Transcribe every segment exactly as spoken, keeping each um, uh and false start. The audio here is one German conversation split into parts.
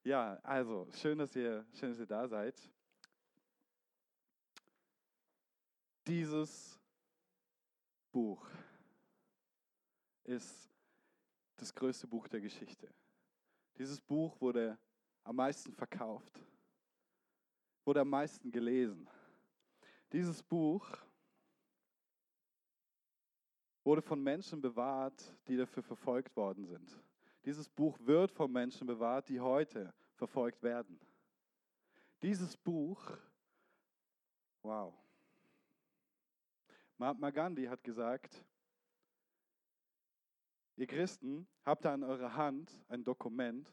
Ja, also schön, dass ihr, schön, dass ihr da seid. Dieses Buch ist das größte Buch der Geschichte. Dieses Buch wurde am meisten verkauft, wurde am meisten gelesen. Dieses Buch wurde von Menschen bewahrt, die dafür verfolgt worden sind. Dieses Buch wird von Menschen bewahrt, die heute verfolgt werden. Dieses Buch, wow. Mahatma Gandhi hat gesagt, ihr Christen habt da in eurer Hand ein Dokument,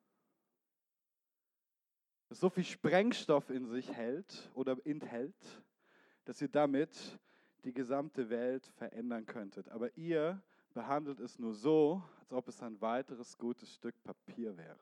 das so viel Sprengstoff in sich hält oder enthält, dass ihr damit die gesamte Welt verändern könntet. Aber ihr behandelt es nur so, als ob es ein weiteres gutes Stück Papier wäre.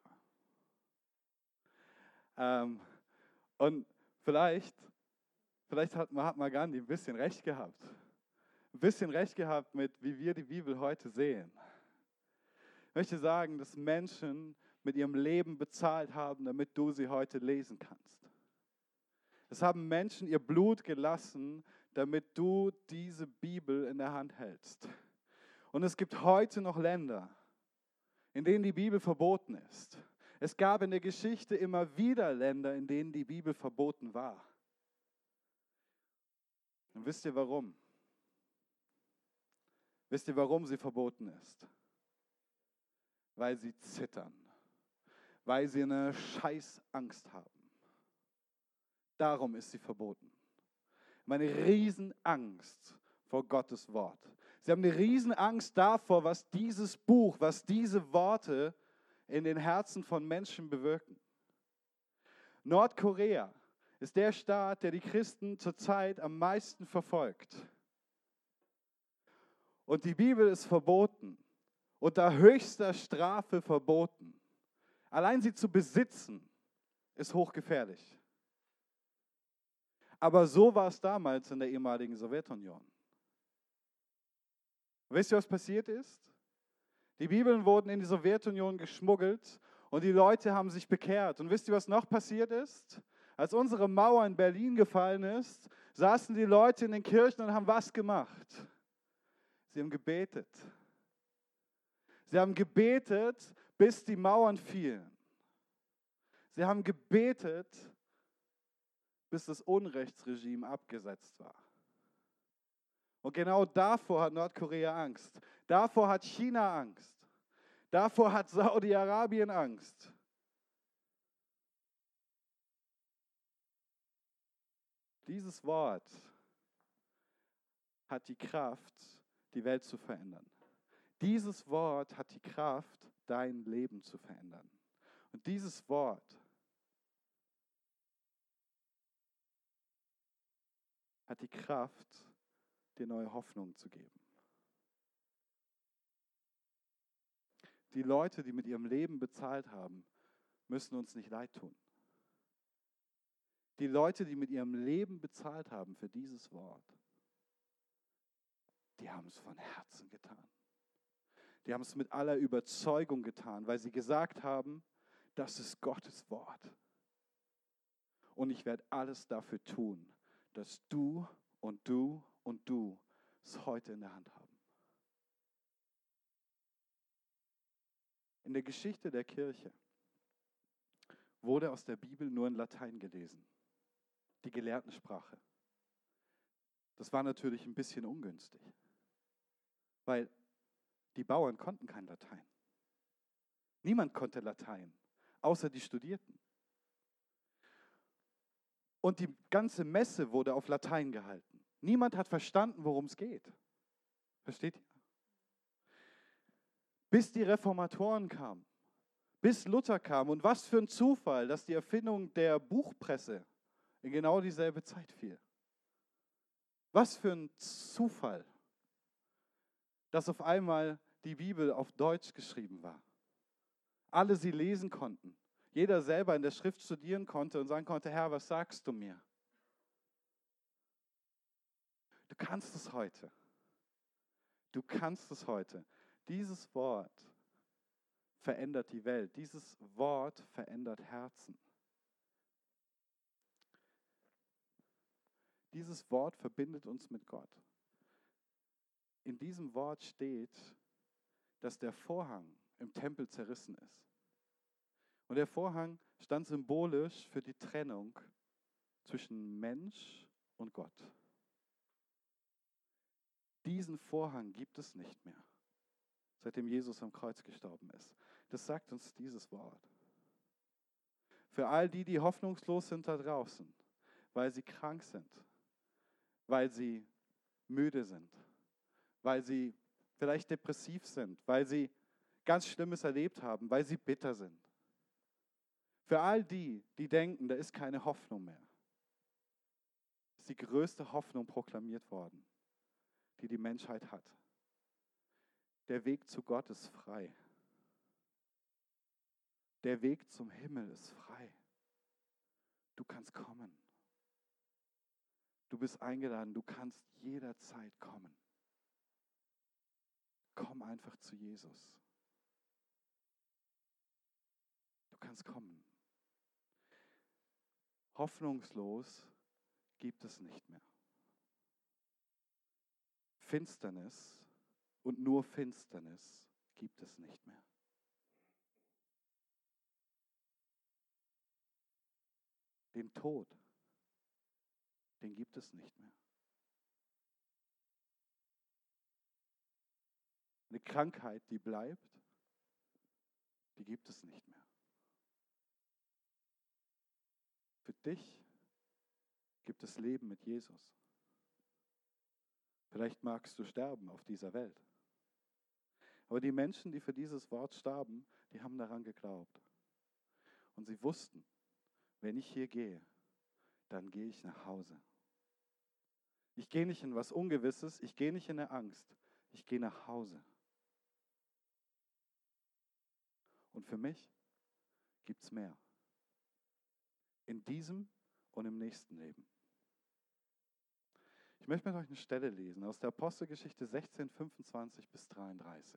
Ähm, und vielleicht, vielleicht hat Mahatma Gandhi ein bisschen recht gehabt. Ein bisschen recht gehabt mit, wie wir die Bibel heute sehen. Ich möchte sagen, dass Menschen mit ihrem Leben bezahlt haben, damit du sie heute lesen kannst. Es haben Menschen ihr Blut gelassen, damit du diese Bibel in der Hand hältst. Und es gibt heute noch Länder, in denen die Bibel verboten ist. Es gab in der Geschichte immer wieder Länder, in denen die Bibel verboten war. Und wisst ihr warum? Wisst ihr, warum sie verboten ist? Weil sie zittern. Weil sie eine Scheißangst haben. Darum ist sie verboten. Meine Riesenangst vor Gottes Wort. Sie haben eine Riesenangst davor, was dieses Buch, was diese Worte in den Herzen von Menschen bewirken. Nordkorea ist der Staat, der die Christen zurzeit am meisten verfolgt. Und die Bibel ist verboten, unter höchster Strafe verboten. Allein sie zu besitzen, ist hochgefährlich. Aber so war es damals in der ehemaligen Sowjetunion. Wisst ihr, was passiert ist? Die Bibeln wurden in die Sowjetunion geschmuggelt und die Leute haben sich bekehrt. Und wisst ihr, was noch passiert ist? Als unsere Mauer in Berlin gefallen ist, saßen die Leute in den Kirchen und haben was gemacht? Sie haben gebetet. Sie haben gebetet, bis die Mauern fielen. Sie haben gebetet, bis das Unrechtsregime abgesetzt war. Und genau davor hat Nordkorea Angst. Davor hat China Angst. Davor hat Saudi-Arabien Angst. Dieses Wort hat die Kraft, die Welt zu verändern. Dieses Wort hat die Kraft, dein Leben zu verändern. Und dieses Wort hat die Kraft, dir neue Hoffnung zu geben. Die Leute, die mit ihrem Leben bezahlt haben, müssen uns nicht leid tun. Die Leute, die mit ihrem Leben bezahlt haben für dieses Wort, die haben es von Herzen getan. Die haben es mit aller Überzeugung getan, weil sie gesagt haben, das ist Gottes Wort. Und ich werde alles dafür tun, dass du und du und du es heute in der Hand haben. In der Geschichte der Kirche wurde aus der Bibel nur in Latein gelesen, die Gelehrtensprache. Das war natürlich ein bisschen ungünstig, weil die Bauern konnten kein Latein. Niemand konnte Latein, außer die Studierten. Und die ganze Messe wurde auf Latein gehalten. Niemand hat verstanden, worum es geht. Versteht ihr? Bis die Reformatoren kamen, bis Luther kam. Und was für ein Zufall, dass die Erfindung der Buchpresse in genau dieselbe Zeit fiel. Was für ein Zufall, dass auf einmal die Bibel auf Deutsch geschrieben war. Alle sie lesen konnten. Jeder selber in der Schrift studieren konnte und sagen konnte, Herr, was sagst du mir? Du kannst es heute. Du kannst es heute. Dieses Wort verändert die Welt. Dieses Wort verändert Herzen. Dieses Wort verbindet uns mit Gott. In diesem Wort steht, dass der Vorhang im Tempel zerrissen ist. Und der Vorhang stand symbolisch für die Trennung zwischen Mensch und Gott. Diesen Vorhang gibt es nicht mehr, seitdem Jesus am Kreuz gestorben ist. Das sagt uns dieses Wort. Für all die, die hoffnungslos sind da draußen, weil sie krank sind, weil sie müde sind, weil sie vielleicht depressiv sind, weil sie ganz Schlimmes erlebt haben, weil sie bitter sind. Für all die, die denken, da ist keine Hoffnung mehr, ist die größte Hoffnung proklamiert worden, die die Menschheit hat. Der Weg zu Gott ist frei. Der Weg zum Himmel ist frei. Du kannst kommen. Du bist eingeladen, du kannst jederzeit kommen. Komm einfach zu Jesus. Du kannst kommen. Hoffnungslos gibt es nicht mehr. Finsternis und nur Finsternis gibt es nicht mehr. Den Tod, den gibt es nicht mehr. Eine Krankheit, die bleibt, die gibt es nicht mehr. Für dich gibt es Leben mit Jesus. Vielleicht magst du sterben auf dieser Welt. Aber die Menschen, die für dieses Wort starben, die haben daran geglaubt. Und sie wussten, wenn ich hier gehe, dann gehe ich nach Hause. Ich gehe nicht in was Ungewisses, ich gehe nicht in eine Angst, ich gehe nach Hause. Und für mich gibt es mehr. In diesem und im nächsten Leben. Ich möchte mit euch eine Stelle lesen aus der Apostelgeschichte sechzehn, fünfundzwanzig bis dreiunddreißig.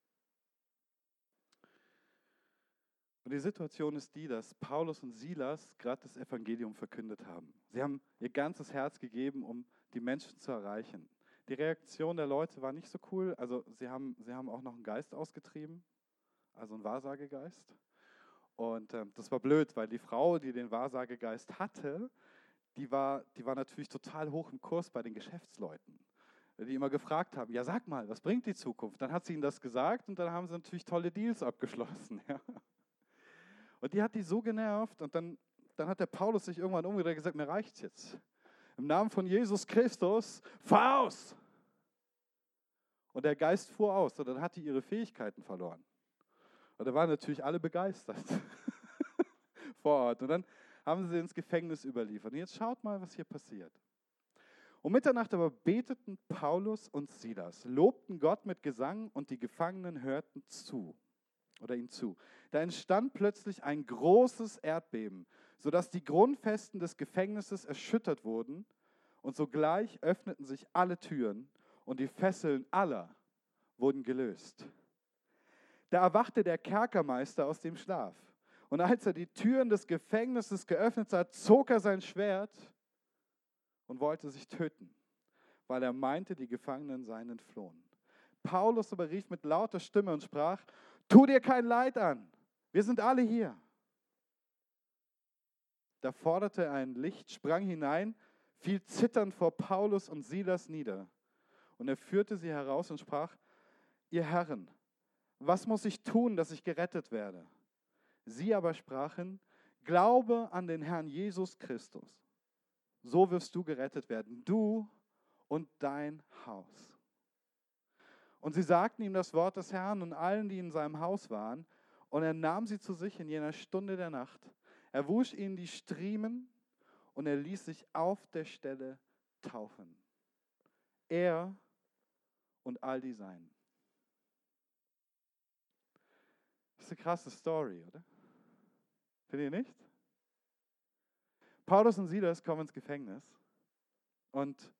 Und die Situation ist die, dass Paulus und Silas gerade das Evangelium verkündet haben. Sie haben ihr ganzes Herz gegeben, um die Menschen zu erreichen. Die Reaktion der Leute war nicht so cool. Also sie haben, sie haben auch noch einen Geist ausgetrieben, also einen Wahrsagegeist. Und äh, das war blöd, weil die Frau, die den Wahrsagegeist hatte, die war, die war natürlich total hoch im Kurs bei den Geschäftsleuten, die immer gefragt haben, ja sag mal, was bringt die Zukunft? Dann hat sie ihnen das gesagt und dann haben sie natürlich tolle Deals abgeschlossen. Ja. Und die hat die so genervt und dann, dann hat der Paulus sich irgendwann umgedreht und gesagt, mir reicht's jetzt. Im Namen von Jesus Christus, fahr aus! Und der Geist fuhr aus und dann hat die ihre Fähigkeiten verloren. Und da waren natürlich alle begeistert vor Ort. Und dann haben sie ins Gefängnis überliefert. Und jetzt schaut mal, was hier passiert. Um Mitternacht aber beteten Paulus und Silas, lobten Gott mit Gesang und die Gefangenen hörten zu. Oder ihm zu. Da entstand plötzlich ein großes Erdbeben, sodass die Grundfesten des Gefängnisses erschüttert wurden und sogleich öffneten sich alle Türen und die Fesseln aller wurden gelöst. Da erwachte der Kerkermeister aus dem Schlaf. Und als er die Türen des Gefängnisses geöffnet sah, zog er sein Schwert und wollte sich töten, weil er meinte, die Gefangenen seien entflohen. Paulus aber rief mit lauter Stimme und sprach, tu dir kein Leid an, wir sind alle hier. Da forderte er ein Licht, sprang hinein, fiel zitternd vor Paulus und Silas nieder. Und er führte sie heraus und sprach, ihr Herren, was muss ich tun, dass ich gerettet werde? Sie aber sprachen, glaube an den Herrn Jesus Christus. So wirst du gerettet werden, du und dein Haus. Und sie sagten ihm das Wort des Herrn und allen, die in seinem Haus waren. Und er nahm sie zu sich in jener Stunde der Nacht. Er wusch ihnen die Striemen und er ließ sich auf der Stelle taufen. Er und all die Seinen. Das ist eine krasse Story, oder? Findet ihr nicht? Paulus und Silas kommen ins Gefängnis und,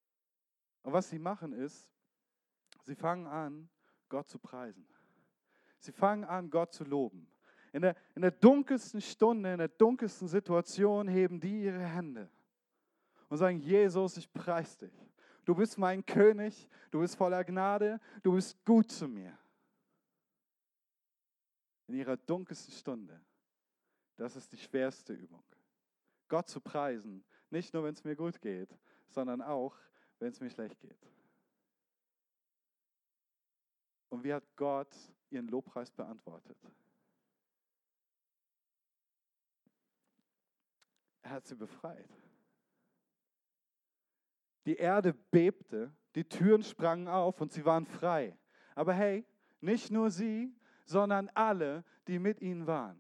und was sie machen ist, sie fangen an, Gott zu preisen. Sie fangen an, Gott zu loben. In der, in der dunkelsten Stunde, in der dunkelsten Situation heben die ihre Hände und sagen, Jesus, ich preise dich. Du bist mein König, du bist voller Gnade, du bist gut zu mir. In ihrer dunkelsten Stunde, das ist die schwerste Übung. Gott zu preisen, nicht nur, wenn es mir gut geht, sondern auch, wenn es mir schlecht geht. Und wie hat Gott ihren Lobpreis beantwortet? Er hat sie befreit. Die Erde bebte, die Türen sprangen auf und sie waren frei. Aber hey, nicht nur sie, sondern alle, die mit ihnen waren.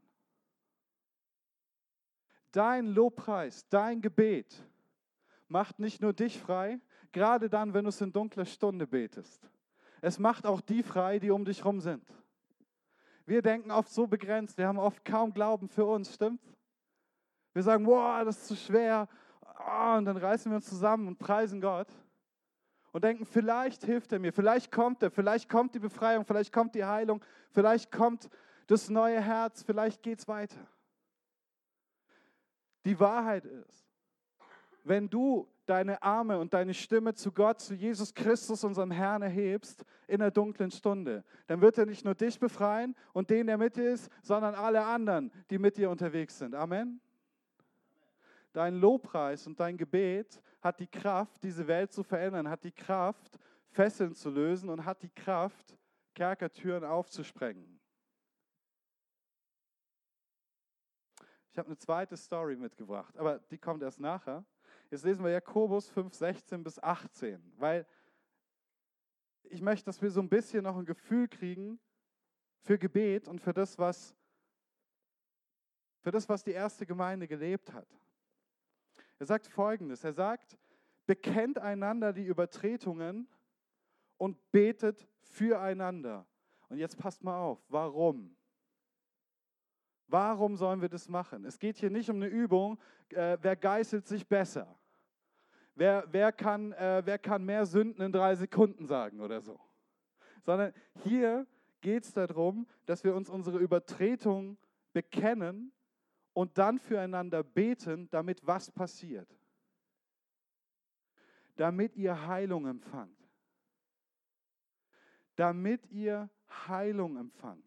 Dein Lobpreis, dein Gebet macht nicht nur dich frei, gerade dann, wenn du es in dunkler Stunde betest. Es macht auch die frei, die um dich herum sind. Wir denken oft so begrenzt, wir haben oft kaum Glauben für uns, stimmt's? Wir sagen, wow, das ist zu schwer. Oh, und dann reißen wir uns zusammen und preisen Gott und denken, vielleicht hilft er mir, vielleicht kommt er, vielleicht kommt die Befreiung, vielleicht kommt die Heilung, vielleicht kommt das neue Herz, vielleicht geht es weiter. Die Wahrheit ist, wenn du deine Arme und deine Stimme zu Gott, zu Jesus Christus, unserem Herrn, erhebst in der dunklen Stunde, dann wird er nicht nur dich befreien und den, der mit dir ist, sondern alle anderen, die mit dir unterwegs sind. Amen. Dein Lobpreis und dein Gebet hat die Kraft, diese Welt zu verändern, hat die Kraft, Fesseln zu lösen und hat die Kraft, Kerkertüren aufzusprengen. Ich habe eine zweite Story mitgebracht, aber die kommt erst nachher. Jetzt lesen wir Jakobus fünf, sechzehn bis achtzehn, weil ich möchte, dass wir so ein bisschen noch ein Gefühl kriegen für Gebet und für das, was, für das, was die erste Gemeinde gelebt hat. Er sagt Folgendes, er sagt, bekennt einander die Übertretungen und betet füreinander. Und jetzt passt mal auf, warum? Warum sollen wir das machen? Es geht hier nicht um eine Übung, äh, wer geißelt sich besser? Wer, wer, kann, äh, wer kann mehr Sünden in drei Sekunden sagen oder so? Sondern hier geht es darum, dass wir uns unsere Übertretung bekennen und dann füreinander beten, damit was passiert? Damit ihr Heilung empfangt. Damit ihr Heilung empfangt.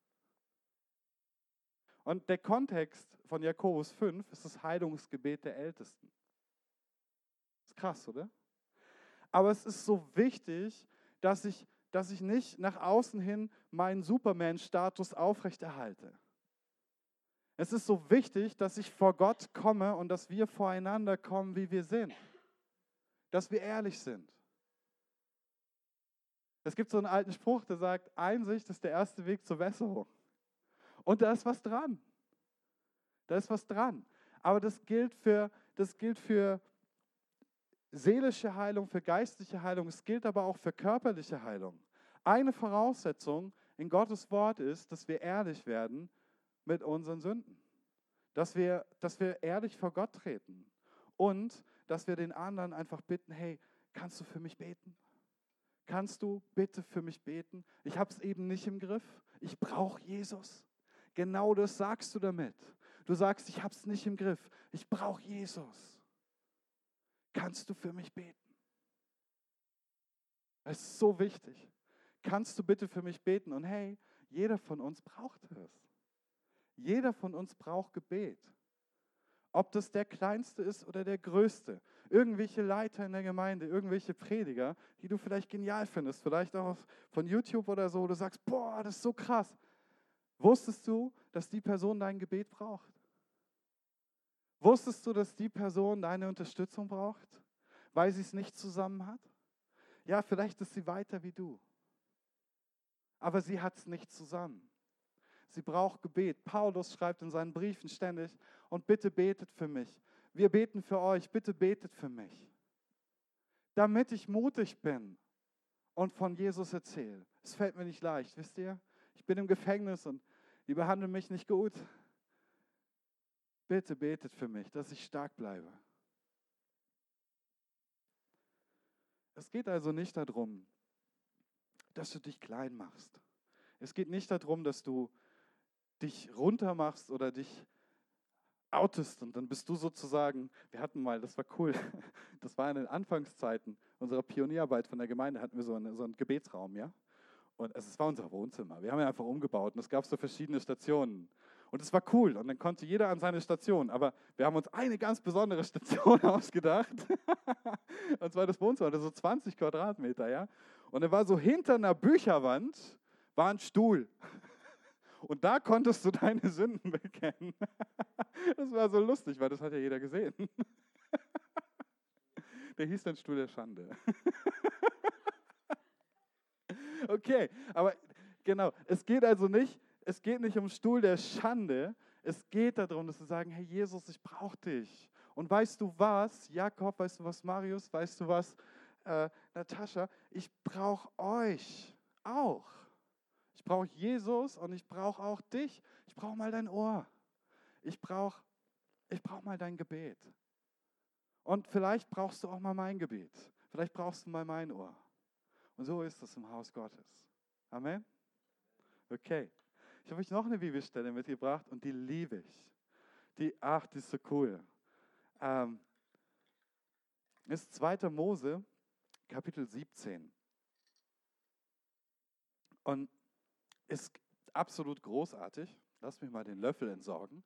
Und der Kontext von Jakobus fünf ist das Heilungsgebet der Ältesten. Ist krass, oder? Aber es ist so wichtig, dass ich, dass ich nicht nach außen hin meinen Superman-Status aufrechterhalte. Es ist so wichtig, dass ich vor Gott komme und dass wir voreinander kommen, wie wir sind. Dass wir ehrlich sind. Es gibt so einen alten Spruch, der sagt, Einsicht ist der erste Weg zur Besserung. Und da ist was dran. Da ist was dran. Aber das gilt für, das gilt für seelische Heilung, für geistliche Heilung. Es gilt aber auch für körperliche Heilung. Eine Voraussetzung in Gottes Wort ist, dass wir ehrlich werden mit unseren Sünden. Dass wir, dass wir ehrlich vor Gott treten. Und dass wir den anderen einfach bitten, hey, kannst du für mich beten? Kannst du bitte für mich beten? Ich habe es eben nicht im Griff. Ich brauche Jesus. Genau das sagst du damit. Du sagst, ich habe es nicht im Griff. Ich brauche Jesus. Kannst du für mich beten? Es ist so wichtig. Kannst du bitte für mich beten? Und hey, jeder von uns braucht es. Jeder von uns braucht Gebet. Ob das der Kleinste ist oder der Größte. Irgendwelche Leiter in der Gemeinde, irgendwelche Prediger, die du vielleicht genial findest, vielleicht auch von YouTube oder so, du sagst, boah, das ist so krass. Wusstest du, dass die Person dein Gebet braucht? Wusstest du, dass die Person deine Unterstützung braucht, weil sie es nicht zusammen hat? Ja, vielleicht ist sie weiter wie du, aber sie hat es nicht zusammen. Sie braucht Gebet. Paulus schreibt in seinen Briefen ständig, und bitte betet für mich. Wir beten für euch, bitte betet für mich. Damit ich mutig bin und von Jesus erzähle. Es fällt mir nicht leicht, wisst ihr? Ich bin im Gefängnis und die behandeln mich nicht gut. Bitte betet für mich, dass ich stark bleibe. Es geht also nicht darum, dass du dich klein machst. Es geht nicht darum, dass du dich runtermachst oder dich outest und dann bist du sozusagen, wir hatten mal, das war cool, das war in den Anfangszeiten unserer Pionierarbeit von der Gemeinde, hatten wir so, eine, so einen Gebetsraum, ja. Und es es war unser Wohnzimmer. Wir haben ihn einfach umgebaut und es gab so verschiedene Stationen. Und es war cool und dann konnte jeder an seine Station. Aber wir haben uns eine ganz besondere Station ausgedacht. Und zwar das Wohnzimmer, das ist so zwanzig Quadratmeter, ja. Und er war so hinter einer Bücherwand, war ein Stuhl. Und da konntest du deine Sünden bekennen. Das war so lustig, weil das hat ja jeder gesehen. Der hieß dann Stuhl der Schande. Okay, aber genau, es geht also nicht, es geht nicht um Stuhl der Schande, es geht darum, dass wir sagen, hey Jesus, ich brauche dich. Und weißt du was, Jakob, weißt du was, Marius, weißt du was, äh, Natascha, ich brauche euch auch. Ich brauche Jesus und ich brauche auch dich. Ich brauche mal dein Ohr. Ich brauche ich brauch mal dein Gebet. Und vielleicht brauchst du auch mal mein Gebet. Vielleicht brauchst du mal mein Ohr. Und so ist es im Haus Gottes. Amen? Okay. Ich habe euch noch eine Bibelstelle mitgebracht und die liebe ich. Die, ach, die ist so cool. Ähm, das ist zweiter Mose, Kapitel siebzehn. Und ist absolut großartig. Lass mich mal den Löffel entsorgen.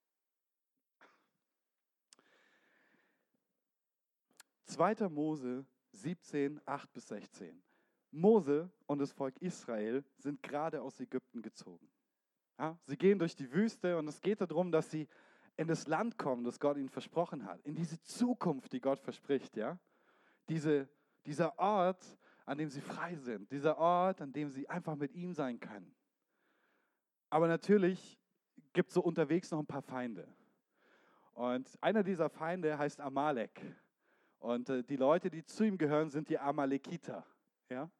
zweiter Mose siebzehn, acht bis sechzehn. Mose und das Volk Israel sind gerade aus Ägypten gezogen. Ja, sie gehen durch die Wüste und es geht darum, dass sie in das Land kommen, das Gott ihnen versprochen hat. In diese Zukunft, die Gott verspricht. Ja? Diese, dieser Ort, an dem sie frei sind. Dieser Ort, an dem sie einfach mit ihm sein können. Aber natürlich gibt es so unterwegs noch ein paar Feinde. Und einer dieser Feinde heißt Amalek. Und äh, die Leute, die zu ihm gehören, sind die Amalekiter. Ja?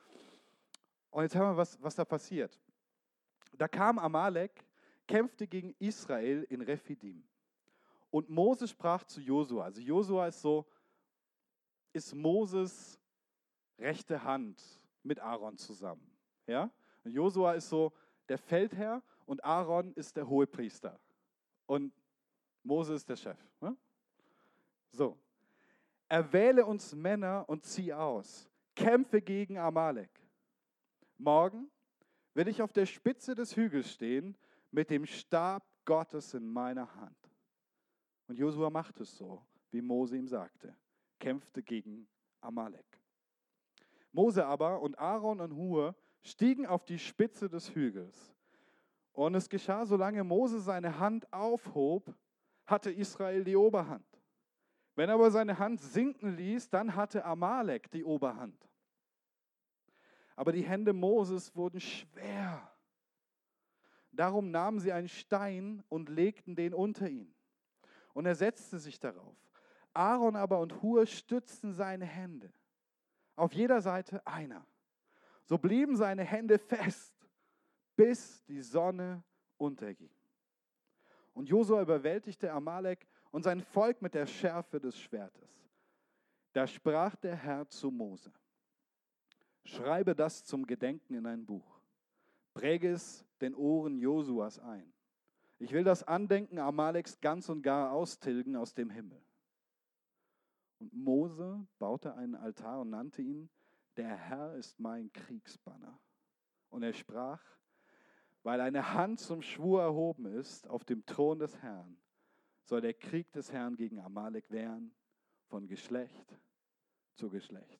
Und jetzt hören wir, was, was da passiert. Da kam Amalek, kämpfte gegen Israel in Rephidim. Und Mose sprach zu Josua. Also Josua ist so, ist Moses rechte Hand mit Aaron zusammen. Ja? Und Josua ist so der Feldherr und Aaron ist der Hohepriester. Und Mose ist der Chef. Ne? So. Erwähle uns Männer und zieh aus. Kämpfe gegen Amalek. Morgen will ich auf der Spitze des Hügels stehen mit dem Stab Gottes in meiner Hand. Und Josua macht es so, wie Mose ihm sagte. Kämpfte gegen Amalek. Mose aber und Aaron und Hur stiegen auf die Spitze des Hügels. Und es geschah, solange Mose seine Hand aufhob, hatte Israel die Oberhand. Wenn er aber seine Hand sinken ließ, dann hatte Amalek die Oberhand. Aber die Hände Moses wurden schwer. Darum nahmen sie einen Stein und legten den unter ihn. Und er setzte sich darauf. Aaron aber und Hur stützten seine Hände. Auf jeder Seite einer. So blieben seine Hände fest, bis die Sonne unterging. Und Josua überwältigte Amalek und sein Volk mit der Schärfe des Schwertes. Da sprach der Herr zu Mose: Schreibe das zum Gedenken in ein Buch. Präge es den Ohren Josuas ein. Ich will das Andenken Amaleks ganz und gar austilgen aus dem Himmel. Und Mose baute einen Altar und nannte ihn: Der Herr ist mein Kriegsbanner. Und er sprach: Weil eine Hand zum Schwur erhoben ist auf dem Thron des Herrn, soll der Krieg des Herrn gegen Amalek währen, von Geschlecht zu Geschlecht.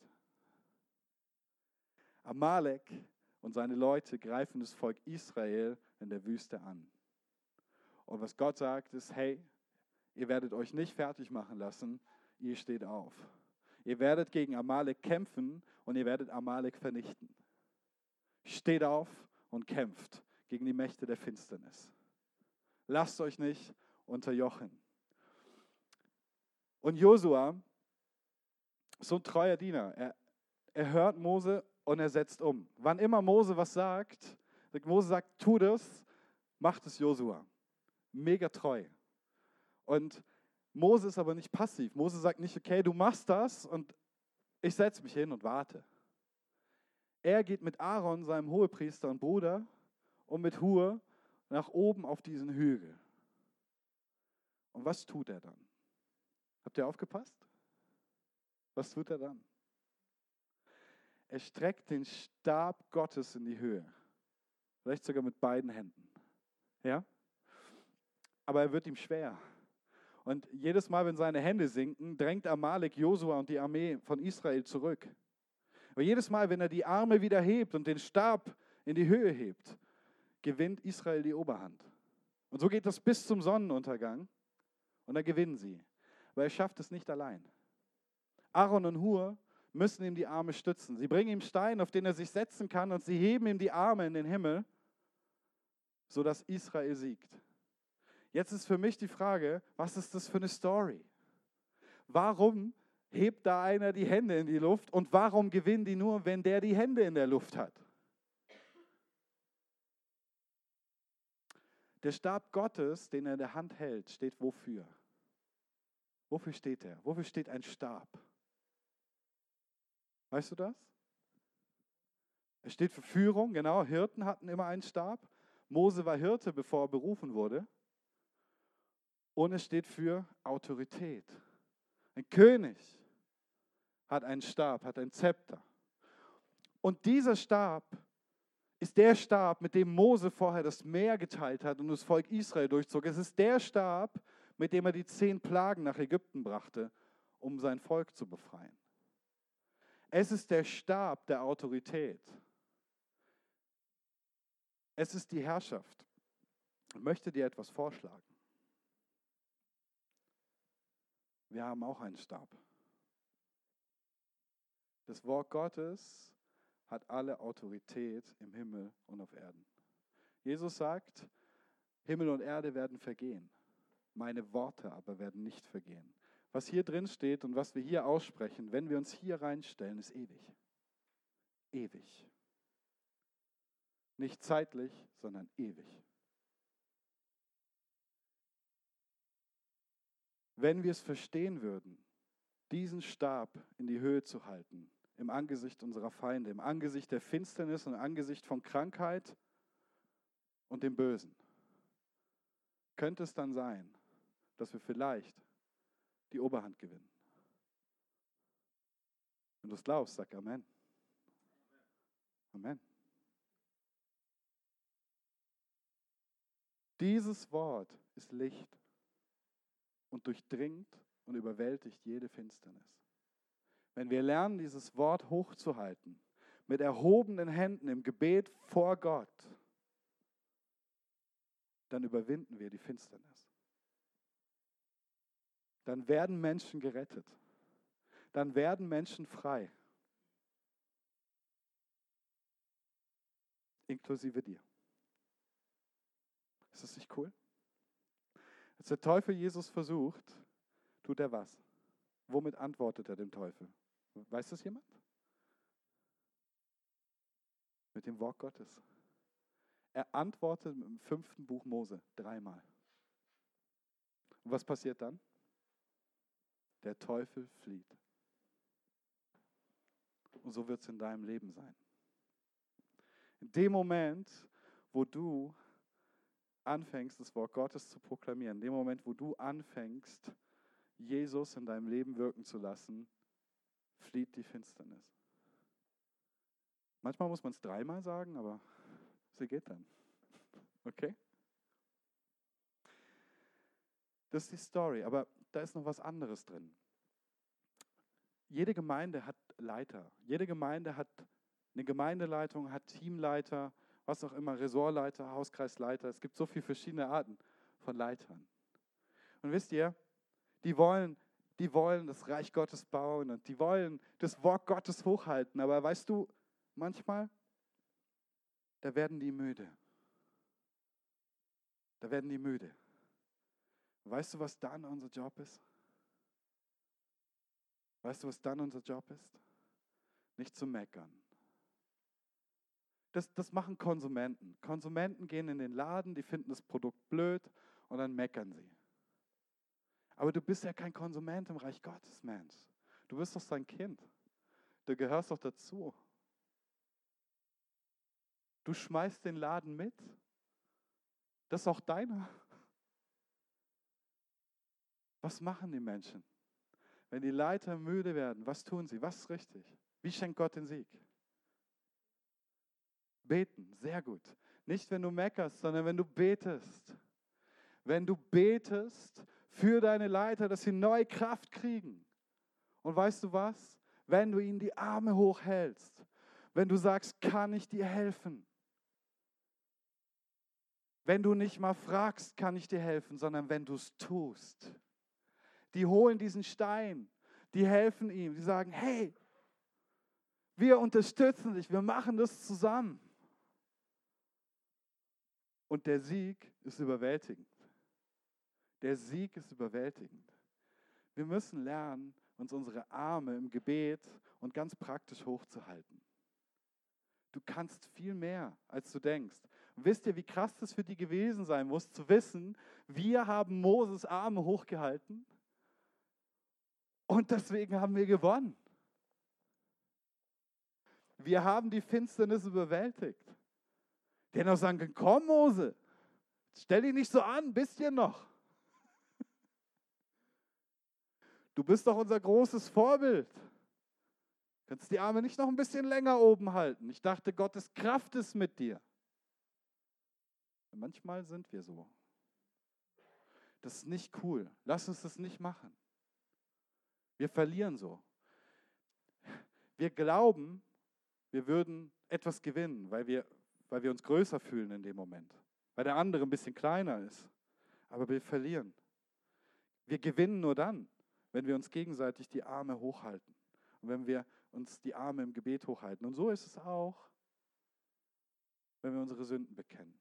Amalek und seine Leute greifen das Volk Israel in der Wüste an. Und was Gott sagt ist, hey, ihr werdet euch nicht fertig machen lassen, ihr steht auf. Ihr werdet gegen Amalek kämpfen und ihr werdet Amalek vernichten. Steht auf und kämpft gegen die Mächte der Finsternis. Lasst euch nicht unterjochen. Und Josua, so ein treuer Diener, er, er hört Mose und er setzt um. Wann immer Mose was sagt, Mose sagt, tu das, macht es Josua. Mega treu. Und Mose ist aber nicht passiv. Mose sagt nicht, okay, du machst das und ich setze mich hin und warte. er geht mit Aaron, seinem Hohepriester und Bruder, und mit Hur nach oben auf diesen Hügel. Und was tut er dann? Habt ihr aufgepasst? Was tut er dann? Er streckt den Stab Gottes in die Höhe. Vielleicht sogar mit beiden Händen. Ja? Aber er wird ihm schwer. Und jedes Mal, wenn seine Hände sinken, drängt Amalek Josua und die Armee von Israel zurück. Aber jedes Mal, wenn er die Arme wieder hebt und den Stab in die Höhe hebt, gewinnt Israel die Oberhand. Und so geht das bis zum Sonnenuntergang und dann gewinnen sie. Aber er schafft es nicht allein. Aaron und Hur müssen ihm die Arme stützen. Sie bringen ihm Stein, auf den er sich setzen kann, und sie heben ihm die Arme in den Himmel, sodass Israel siegt. Jetzt ist für mich die Frage, was ist das für eine Story? Warum hebt da einer die Hände in die Luft und warum gewinnen die nur, wenn der die Hände in der Luft hat? Der Stab Gottes, den er in der Hand hält, steht wofür? Wofür steht er? Wofür steht ein Stab? Weißt du das? Es steht für Führung, genau. Hirten hatten immer einen Stab. Mose war Hirte, bevor er berufen wurde. Und es steht für Autorität. Ein König hat einen Stab, hat ein Zepter. Und dieser Stab ist der Stab, mit dem Mose vorher das Meer geteilt hat und das Volk Israel durchzog. Es ist der Stab, mit dem er die zehn Plagen nach Ägypten brachte, um sein Volk zu befreien. Es ist der Stab der Autorität. Es ist die Herrschaft. Ich möchte dir etwas vorschlagen. Wir haben auch einen Stab. Das Wort Gottes hat alle Autorität im Himmel und auf Erden. Jesus sagt, Himmel und Erde werden vergehen. Meine Worte aber werden nicht vergehen. Was hier drin steht und was wir hier aussprechen, wenn wir uns hier reinstellen, ist ewig. Ewig. Nicht zeitlich, sondern ewig. Wenn wir es verstehen würden, diesen Stab in die Höhe zu halten, im Angesicht unserer Feinde, im Angesicht der Finsternis und im Angesicht von Krankheit und dem Bösen, könnte es dann sein, dass wir vielleicht die Oberhand gewinnen. Wenn du es glaubst, sag Amen. Amen. Dieses Wort ist Licht und durchdringt und überwältigt jede Finsternis. Wenn wir lernen, dieses Wort hochzuhalten, mit erhobenen Händen im Gebet vor Gott, dann überwinden wir die Finsternis. Dann werden Menschen gerettet. Dann werden Menschen frei. Inklusive dir. Ist das nicht cool? Als der Teufel Jesus versucht, tut er was? Womit antwortet er dem Teufel? Weiß das jemand? Mit dem Wort Gottes. Er antwortet im fünften Buch Mose dreimal. Und was passiert dann? Der Teufel flieht. Und so wird es in deinem Leben sein. In dem Moment, wo du anfängst, das Wort Gottes zu proklamieren, in dem Moment, wo du anfängst, Jesus in deinem Leben wirken zu lassen, flieht die Finsternis. Manchmal muss man es dreimal sagen, aber sie geht dann. Okay? Das ist die Story, aber da ist noch was anderes drin. Jede Gemeinde hat Leiter. Jede Gemeinde hat eine Gemeindeleitung, hat Teamleiter, was auch immer, Ressortleiter, Hauskreisleiter. Es gibt so viele verschiedene Arten von Leitern. Und wisst ihr, die wollen, die wollen das Reich Gottes bauen und die wollen das Wort Gottes hochhalten. Aber weißt du, manchmal, da werden die müde. Da werden die müde. Weißt du, was dann unser Job ist? Weißt du, was dann unser Job ist? Nicht zu meckern. Das, das machen Konsumenten. Konsumenten gehen in den Laden, die finden das Produkt blöd und dann meckern sie. Aber du bist ja kein Konsument im Reich Gottes, Mensch. Du bist doch sein Kind. Du gehörst doch dazu. Du schmeißt den Laden mit. Das ist auch deiner. Was machen die Menschen? Wenn die Leiter müde werden, was tun sie? Was ist richtig? Wie schenkt Gott den Sieg? Beten, sehr gut. Nicht, wenn du meckerst, sondern wenn du betest. Wenn du betest für deine Leiter, dass sie neue Kraft kriegen. Und weißt du was? Wenn du ihnen die Arme hochhältst, wenn du sagst, kann ich dir helfen? Wenn du nicht mal fragst, kann ich dir helfen, sondern wenn du es tust. Die holen diesen Stein, die helfen ihm, die sagen, hey, wir unterstützen dich, wir machen das zusammen. Und der Sieg ist überwältigend. Der Sieg ist überwältigend. Wir müssen lernen, uns unsere Arme im Gebet und ganz praktisch hochzuhalten. Du kannst viel mehr, als du denkst. Und wisst ihr, wie krass das für die gewesen sein muss, zu wissen, wir haben Moses Arme hochgehalten und deswegen haben wir gewonnen. Wir haben die Finsternis überwältigt. Die hätten auch sagen können, komm Mose, stell dich nicht so an, ein bisschen noch. Du bist doch unser großes Vorbild. Kannst die Arme nicht noch ein bisschen länger oben halten? Ich dachte, Gottes Kraft ist mit dir. Manchmal sind wir so. Das ist nicht cool. Lass uns das nicht machen. Wir verlieren so. Wir glauben, wir würden etwas gewinnen, weil wir, weil wir uns größer fühlen in dem Moment. Weil der andere ein bisschen kleiner ist. Aber wir verlieren. Wir gewinnen nur dann, wenn wir uns gegenseitig die Arme hochhalten. Und wenn wir uns die Arme im Gebet hochhalten. Und so ist es auch, wenn wir unsere Sünden bekennen.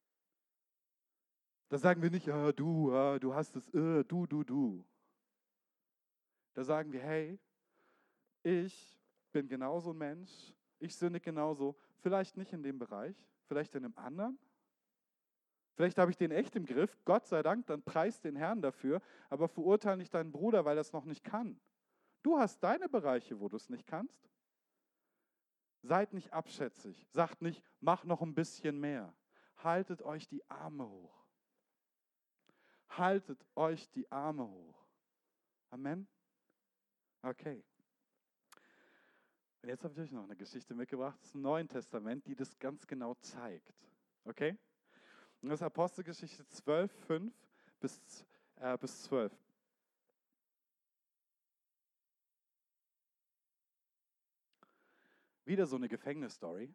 Da sagen wir nicht, ah, du, ah, du hast es, äh, du, du, du. Da sagen wir, hey, ich bin genauso ein Mensch, ich sünde genauso, vielleicht nicht in dem Bereich, vielleicht in einem anderen. Vielleicht habe ich den echt im Griff, Gott sei Dank, dann preis den Herrn dafür, aber verurteile nicht deinen Bruder, weil er es noch nicht kann. Du hast deine Bereiche, wo du es nicht kannst. Seid nicht abschätzig, sagt nicht, mach noch ein bisschen mehr. Haltet euch die Arme hoch. Haltet euch die Arme hoch. Amen? Okay. Und jetzt habe ich euch noch eine Geschichte mitgebracht, das ist im Neuen Testament, die das ganz genau zeigt. Okay? Und das ist Apostelgeschichte zwölf, fünf bis, äh, bis zwölf. Wieder so eine Gefängnisstory.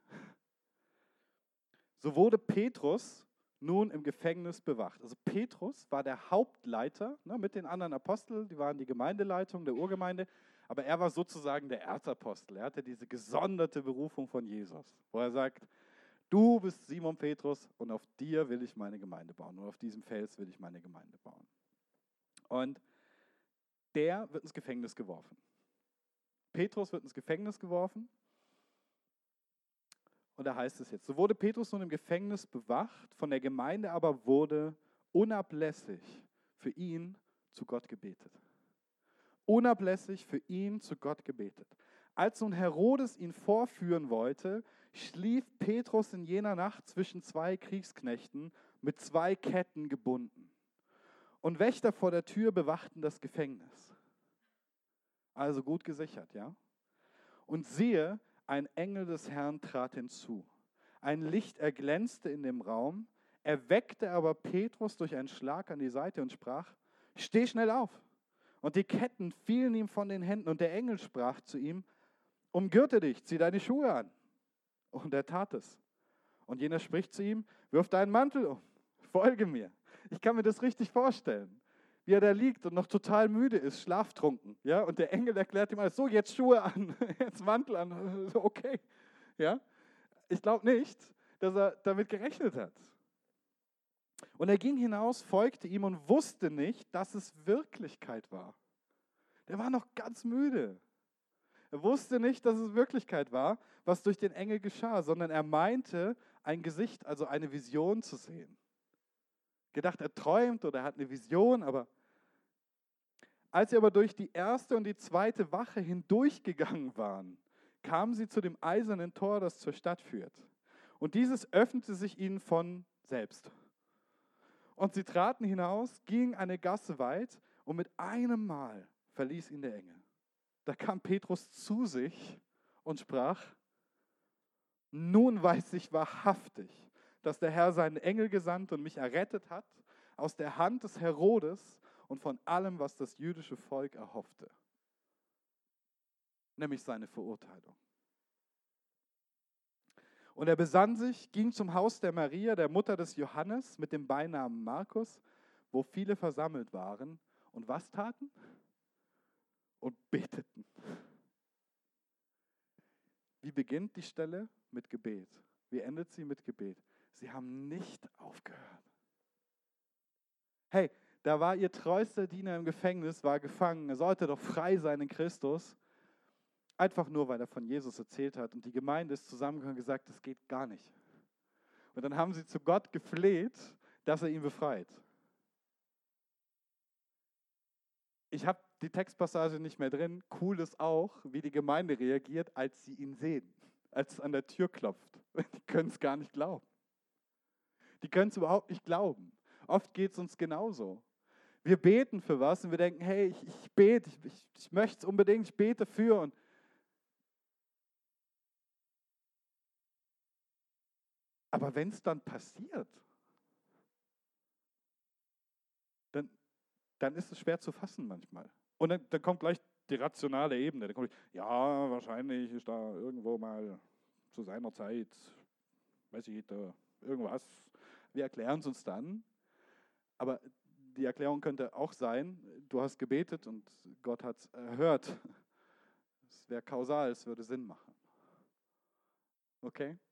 So wurde Petrus nun im Gefängnis bewacht. Also Petrus war der Hauptleiter, ne, mit den anderen Aposteln, die waren die Gemeindeleitung der Urgemeinde, aber er war sozusagen der Erzapostel. Er hatte diese gesonderte Berufung von Jesus, wo er sagt, du bist Simon Petrus und auf dir will ich meine Gemeinde bauen und auf diesem Fels will ich meine Gemeinde bauen. Und der wird ins Gefängnis geworfen. Petrus wird ins Gefängnis geworfen. Und da heißt es jetzt, so wurde Petrus nun im Gefängnis bewacht, von der Gemeinde aber wurde unablässig für ihn zu Gott gebetet. Unablässig für ihn zu Gott gebetet. Als nun Herodes ihn vorführen wollte, schlief Petrus in jener Nacht zwischen zwei Kriegsknechten mit zwei Ketten gebunden. Und Wächter vor der Tür bewachten das Gefängnis. Also gut gesichert, ja? Und siehe, ein Engel des Herrn trat hinzu. Ein Licht erglänzte in dem Raum, er weckte aber Petrus durch einen Schlag an die Seite und sprach, steh schnell auf. Und die Ketten fielen ihm von den Händen und der Engel sprach zu ihm, umgürte dich, zieh deine Schuhe an. Und er tat es. Und jener spricht zu ihm, wirf deinen Mantel um, folge mir. Ich kann mir das richtig vorstellen, wie er da liegt und noch total müde ist, schlaftrunken. Ja? Und der Engel erklärt ihm alles, so jetzt Schuhe an, jetzt Mantel an. So, okay. Ja? Ich glaube nicht, dass er damit gerechnet hat. Und er ging hinaus, folgte ihm und wusste nicht, dass es Wirklichkeit war. Der war noch ganz müde. Er wusste nicht, dass es Wirklichkeit war, was durch den Engel geschah, sondern er meinte, ein Gesicht, also eine Vision zu sehen. Gedacht, er träumt oder er hat eine Vision, aber als sie aber durch die erste und die zweite Wache hindurchgegangen waren, kamen sie zu dem eisernen Tor, das zur Stadt führt. Und dieses öffnete sich ihnen von selbst. Und sie traten hinaus, gingen eine Gasse weit und mit einem Mal verließ ihn der Engel. Da kam Petrus zu sich und sprach: Nun weiß ich wahrhaftig, dass der Herr seinen Engel gesandt und mich errettet hat aus der Hand des Herodes und von allem, was das jüdische Volk erhoffte, nämlich seine Verurteilung. Und er besann sich, ging zum Haus der Maria, der Mutter des Johannes, mit dem Beinamen Markus, wo viele versammelt waren. Und was taten? Und beteten. Wie beginnt die Stelle? Mit Gebet. Wie endet sie? Mit Gebet. Sie haben nicht aufgehört. Hey, da war ihr treuster Diener im Gefängnis, war gefangen, er sollte doch frei sein in Christus. Einfach nur, weil er von Jesus erzählt hat. Und die Gemeinde ist zusammengekommen und gesagt, das geht gar nicht. Und dann haben sie zu Gott gefleht, dass er ihn befreit. Ich habe die Textpassage nicht mehr drin. Cool ist auch, wie die Gemeinde reagiert, als sie ihn sehen, als es an der Tür klopft. Die können es gar nicht glauben. Die können es überhaupt nicht glauben. Oft geht es uns genauso. Wir beten für was und wir denken, hey, ich, ich bete, ich, ich, ich möchte es unbedingt, ich bete für. Und aber wenn es dann passiert, dann, dann ist es schwer zu fassen manchmal. Und dann, dann kommt gleich die rationale Ebene. Dann kommt, ja, wahrscheinlich ist da irgendwo mal zu seiner Zeit, weiß ich nicht, irgendwas. Wir erklären es uns dann. Aber die Erklärung könnte auch sein, du hast gebetet und Gott hat es erhört. Es wäre kausal, es würde Sinn machen. Okay?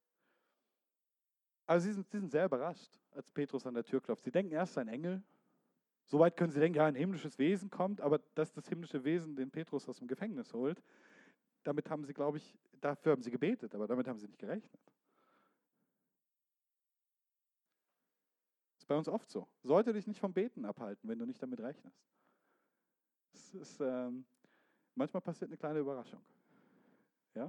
Also sie sind, sie sind sehr überrascht, als Petrus an der Tür klopft. Sie denken erst ein Engel. Soweit können sie denken, ja, ein himmlisches Wesen kommt, aber dass das himmlische Wesen den Petrus aus dem Gefängnis holt, damit haben sie, glaube ich, dafür haben sie gebetet, aber damit haben sie nicht gerechnet. Das ist bei uns oft so. Sollte dich nicht vom Beten abhalten, wenn du nicht damit rechnest. Es ist, ähm, manchmal passiert eine kleine Überraschung. Ja?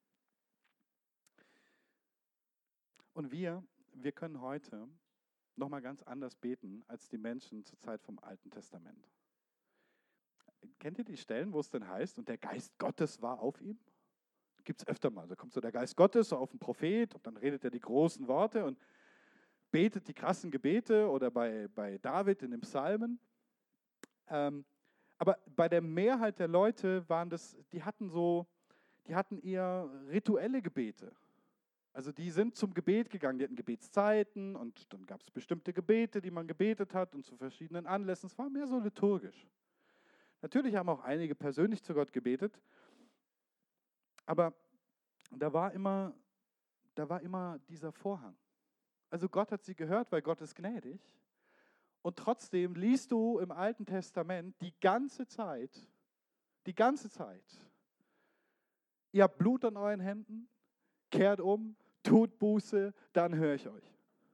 Und wir, wir können heute nochmal ganz anders beten als die Menschen zur Zeit vom Alten Testament. Kennt ihr die Stellen, wo es denn heißt, und der Geist Gottes war auf ihm? Gibt es öfter mal. Da kommt so der Geist Gottes so auf den Prophet und dann redet er die großen Worte und betet die krassen Gebete oder bei, bei David in den Psalmen. Ähm, aber bei der Mehrheit der Leute waren das, die hatten so, die hatten eher rituelle Gebete. Also die sind zum Gebet gegangen, die hatten Gebetszeiten und dann gab es bestimmte Gebete, die man gebetet hat und zu verschiedenen Anlässen. Es war mehr so liturgisch. Natürlich haben auch einige persönlich zu Gott gebetet, aber da war immer, da war immer dieser Vorhang. Also Gott hat sie gehört, weil Gott ist gnädig. Und trotzdem liest du im Alten Testament die ganze Zeit, die ganze Zeit, ihr habt Blut an euren Händen, kehrt um, tut Buße, dann höre ich euch.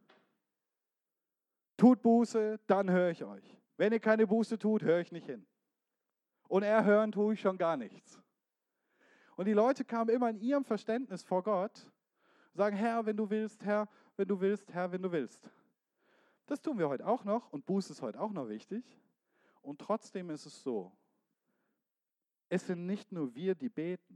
Tut Buße, dann höre ich euch. Wenn ihr keine Buße tut, höre ich nicht hin. Und erhören tue ich schon gar nichts. Und die Leute kamen immer in ihrem Verständnis vor Gott, sagen, Herr, wenn du willst, Herr, wenn du willst, Herr, wenn du willst. Das tun wir heute auch noch und Buße ist heute auch noch wichtig. Und trotzdem ist es so, es sind nicht nur wir, die beten.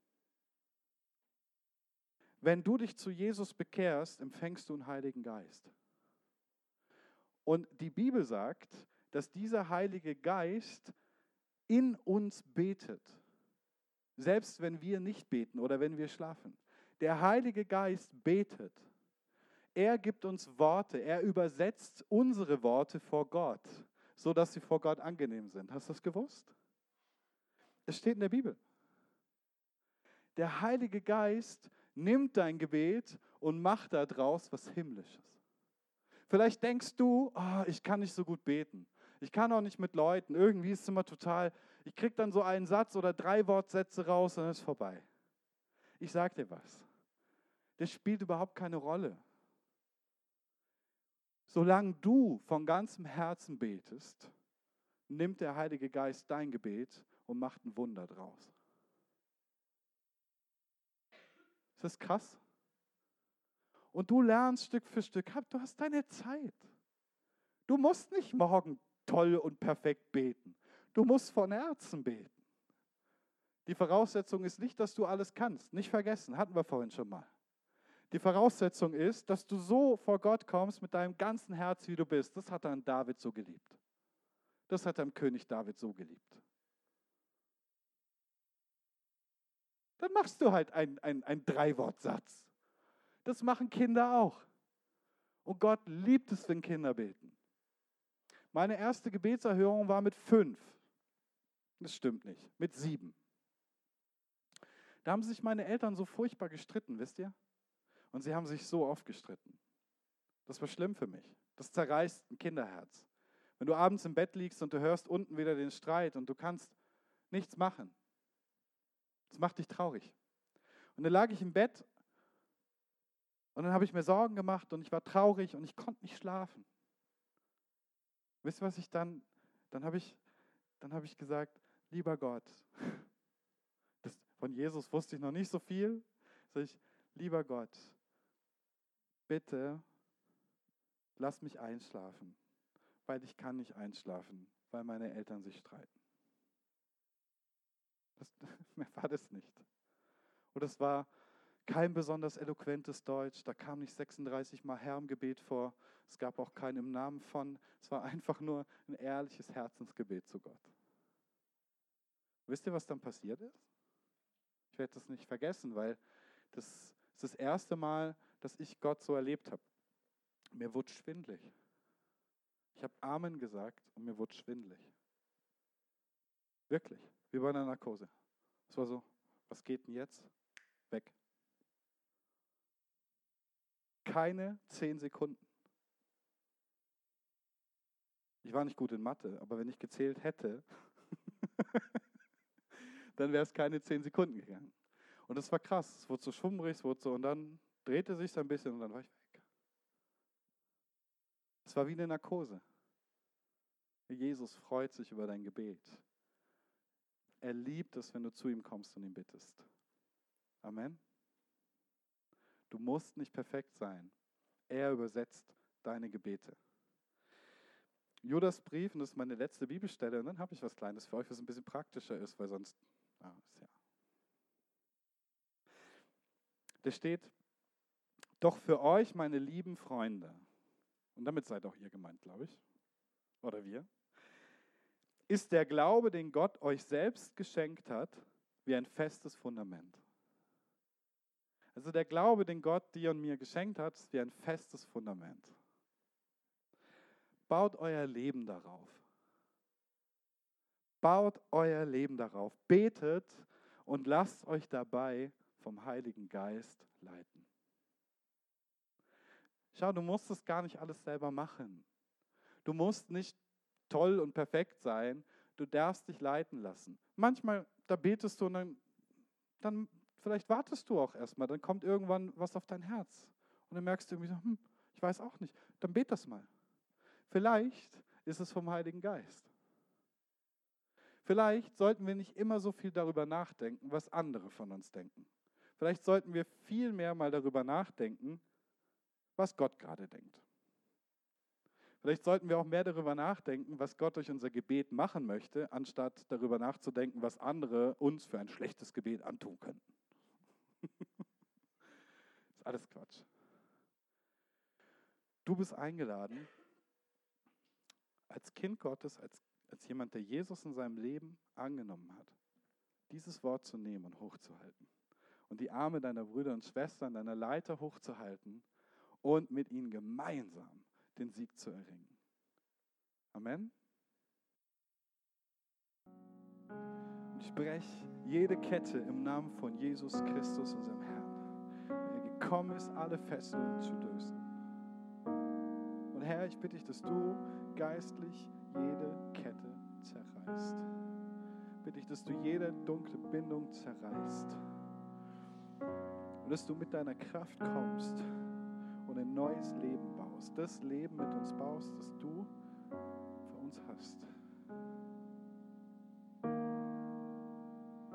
Wenn du dich zu Jesus bekehrst, empfängst du einen Heiligen Geist. Und die Bibel sagt, dass dieser Heilige Geist in uns betet. Selbst wenn wir nicht beten oder wenn wir schlafen. Der Heilige Geist betet. Er gibt uns Worte. Er übersetzt unsere Worte vor Gott, sodass sie vor Gott angenehm sind. Hast du das gewusst? Es steht in der Bibel. Der Heilige Geist nimmt dein Gebet und macht daraus was Himmlisches. Vielleicht denkst du, oh, ich kann nicht so gut beten. Ich kann auch nicht mit Leuten. Irgendwie ist es immer total, ich kriege dann so einen Satz oder drei Wortsätze raus und dann ist es vorbei. Ich sage dir was. Das spielt überhaupt keine Rolle. Solange du von ganzem Herzen betest, nimmt der Heilige Geist dein Gebet und macht ein Wunder draus. Ist das krass? Und du lernst Stück für Stück. Du hast deine Zeit. Du musst nicht morgen toll und perfekt beten. Du musst von Herzen beten. Die Voraussetzung ist nicht, dass du alles kannst. Nicht vergessen, hatten wir vorhin schon mal. Die Voraussetzung ist, dass du so vor Gott kommst mit deinem ganzen Herz, wie du bist. Das hat er an David so geliebt. Das hat er am König David so geliebt. Dann machst du halt einen ein Drei-Wort-Satz. Das machen Kinder auch. Und Gott liebt es, wenn Kinder beten. Meine erste Gebetserhörung war mit fünf. Das stimmt nicht, mit sieben. Da haben sich meine Eltern so furchtbar gestritten, wisst ihr? Und sie haben sich so oft gestritten. Das war schlimm für mich. Das zerreißt ein Kinderherz. Wenn du abends im Bett liegst und du hörst unten wieder den Streit und du kannst nichts machen. Das macht dich traurig. Und dann lag ich im Bett und dann habe ich mir Sorgen gemacht und ich war traurig und ich konnte nicht schlafen. Wisst ihr, was ich dann, dann habe ich, dann habe ich gesagt, lieber Gott, das, von Jesus wusste ich noch nicht so viel, sag ich, lieber Gott, bitte lass mich einschlafen, weil ich kann nicht einschlafen, weil meine Eltern sich streiten. Das, mehr war das nicht. Und es war kein besonders eloquentes Deutsch, da kam nicht sechsunddreißig Mal Herr im Gebet vor, es gab auch keinen im Namen von, es war einfach nur ein ehrliches Herzensgebet zu Gott. Wisst ihr, was dann passiert ist? Ich werde das nicht vergessen, weil das ist das erste Mal, dass ich Gott so erlebt habe. Mir wurde schwindelig. Ich habe Amen gesagt und mir wurde schwindelig. Wirklich, wie bei einer Narkose. Es war so, was geht denn jetzt? Weg. Keine zehn Sekunden. Ich war nicht gut in Mathe, aber wenn ich gezählt hätte, dann wäre es keine zehn Sekunden gegangen. Und das war krass. Es wurde so schwummrig, es wurde so, und dann drehte sich ein bisschen und dann war ich weg. Es war wie eine Narkose. Jesus freut sich über dein Gebet. Er liebt es, wenn du zu ihm kommst und ihn bittest. Amen. Du musst nicht perfekt sein. Er übersetzt deine Gebete. Judas Brief, und das ist meine letzte Bibelstelle, und dann habe ich was Kleines für euch, was ein bisschen praktischer ist, weil sonst, ah, ist ja. Da steht, doch für euch, meine lieben Freunde, und damit seid auch ihr gemeint, glaube ich, oder wir, ist der Glaube, den Gott euch selbst geschenkt hat, wie ein festes Fundament. Also der Glaube, den Gott dir und mir geschenkt hat, ist wie ein festes Fundament. Baut euer Leben darauf. Baut euer Leben darauf. Betet und lasst euch dabei vom Heiligen Geist leiten. Schau, du musst es gar nicht alles selber machen. Du musst nicht toll und perfekt sein. Du darfst dich leiten lassen. Manchmal, da betest du und dann, dann vielleicht wartest du auch erstmal. Dann kommt irgendwann was auf dein Herz. Und dann merkst du irgendwie so, hm, ich weiß auch nicht. Dann bet das mal. Vielleicht ist es vom Heiligen Geist. Vielleicht sollten wir nicht immer so viel darüber nachdenken, was andere von uns denken. Vielleicht sollten wir viel mehr mal darüber nachdenken, was Gott gerade denkt. Vielleicht sollten wir auch mehr darüber nachdenken, was Gott durch unser Gebet machen möchte, anstatt darüber nachzudenken, was andere uns für ein schlechtes Gebet antun könnten. Das ist alles Quatsch. Du bist eingeladen, als Kind Gottes, als, als jemand, der Jesus in seinem Leben angenommen hat, dieses Wort zu nehmen und hochzuhalten. Und die Arme deiner Brüder und Schwestern, deiner Leiter hochzuhalten und mit ihnen gemeinsam den Sieg zu erringen. Amen. Und ich breche jede Kette im Namen von Jesus Christus, unserem Herrn, der gekommen ist, alle Fesseln zu lösen. Und Herr, ich bitte dich, dass du geistlich jede Kette zerreißt. Bitte ich, dass du jede dunkle Bindung zerreißt. Und dass du mit deiner Kraft kommst und ein neues Leben baust. Das Leben mit uns baust, das du für uns hast.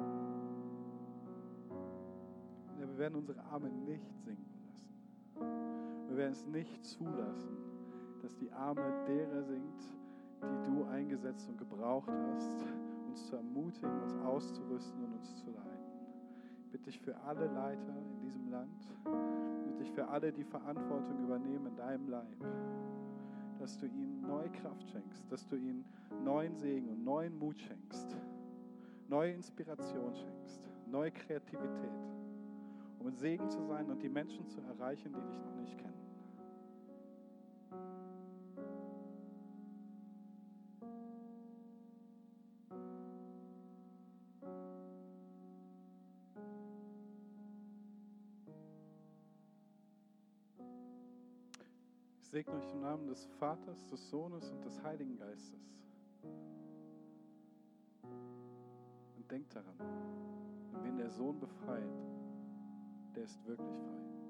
Ja, wir werden unsere Arme nicht sinken lassen. werden es nicht zulassen, dass die Arme derer singt, die du eingesetzt und gebraucht hast, uns zu ermutigen, uns auszurüsten und uns zu leiten. Ich bitte dich für alle Leiter in diesem Land, ich bitte dich für alle, die Verantwortung übernehmen in deinem Leib, dass du ihnen neue Kraft schenkst, dass du ihnen neuen Segen und neuen Mut schenkst, neue Inspiration schenkst, neue Kreativität, um ein Segen zu sein und die Menschen zu erreichen, die dich noch nicht kennen. Ich segne euch im Namen des Vaters, des Sohnes und des Heiligen Geistes. Und denkt daran, wen der Sohn befreit, der ist wirklich frei.